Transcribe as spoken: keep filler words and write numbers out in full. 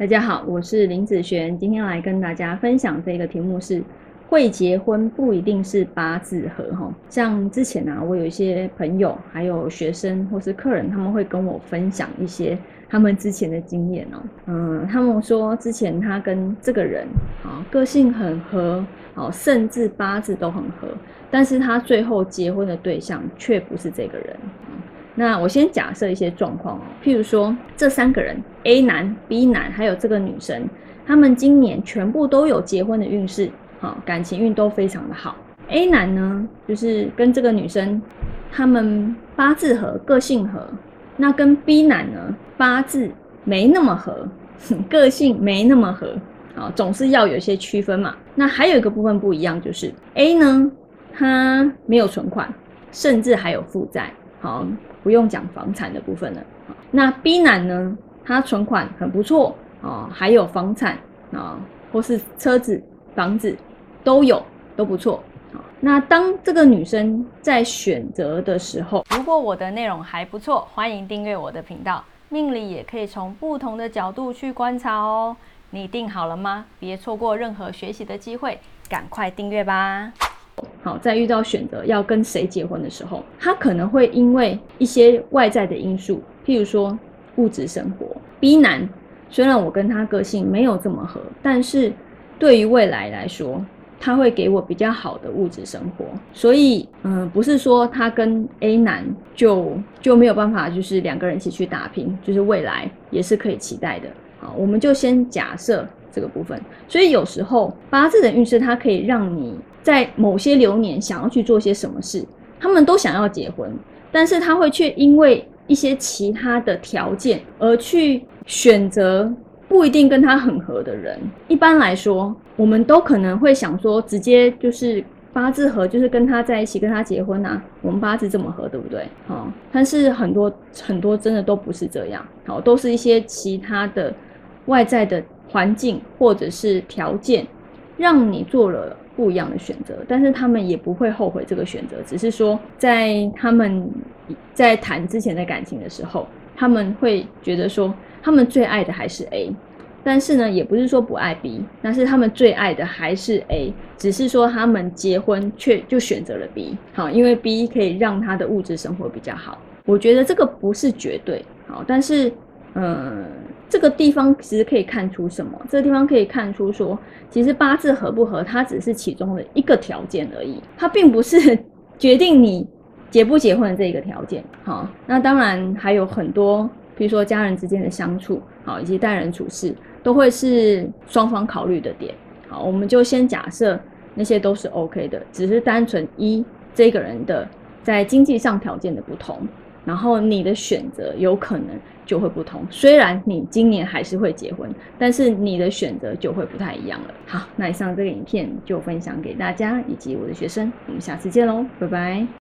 大家好，我是林子璇，今天来跟大家分享这个题目是会结婚不一定是八字合哈。像之前啊，我有一些朋友还有学生或是客人，他们会跟我分享一些他们之前的经验哦。嗯，他们说之前他跟这个人啊个性很合，哦，甚至八字都很合，但是他最后结婚的对象却不是这个人。那我先假设一些状况哦，譬如说这三个人 A 男、B 男还有这个女生，他们今年全部都有结婚的运势，好，感情运都非常的好。A 男呢，就是跟这个女生，他们八字合，个性合。那跟 B 男呢，八字没那么合，个性没那么合，好，总是要有一些区分嘛。那还有一个部分不一样，就是 A 呢，他没有存款，甚至还有负债，好。不用讲房产的部分了。那 B 男呢，他存款很不错哦，还有房产啊，或是车子、房子都有，都不错。那当这个女生在选择的时候，如果我的内容还不错，欢迎订阅我的频道。命理也可以从不同的角度去观察哦。你定好了吗？别错过任何学习的机会，赶快订阅吧。好，在遇到选择要跟谁结婚的时候，他可能会因为一些外在的因素，譬如说物质生活。B 男虽然我跟他个性没有这么合，但是对于未来来说，他会给我比较好的物质生活。所以，嗯，不是说他跟 A 男就就没有办法，就是两个人一起去打拼，就是未来也是可以期待的。好，我们就先假设这个部分。所以有时候八字的运势，它可以让你在某些流年想要去做些什么事，他们都想要结婚，但是他会却因为一些其他的条件而去选择不一定跟他很合的人。一般来说，我们都可能会想说，直接就是八字合，就是跟他在一起，跟他结婚啊。我们八字这么合，对不对？好，但是很多很多真的都不是这样，好，都是一些其他的外在的环境或者是条件，让你做了不一样的选择，但是他们也不会后悔这个选择，只是说在他们在谈之前的感情的时候，他们会觉得说他们最爱的还是 A， 但是呢也不是说不爱 B， 但是他们最爱的还是 A， 只是说他们结婚却就选择了 B， 好，因为 B 可以让他的物质生活比较好。我觉得这个不是绝对好，但是嗯，这个地方其实可以看出什么？这个地方可以看出说，其实八字合不合，它只是其中的一个条件而已，它并不是决定你结不结婚的这一个条件。好，那当然还有很多，比如说家人之间的相处，好，以及待人处事，都会是双方考虑的点。好，我们就先假设那些都是 OK 的，只是单纯一这个人的在经济上条件的不同。然后你的选择有可能就会不同，虽然你今年还是会结婚，但是你的选择就会不太一样了。好，那以上这个影片就分享给大家以及我的学生，我们下次见咯，拜拜。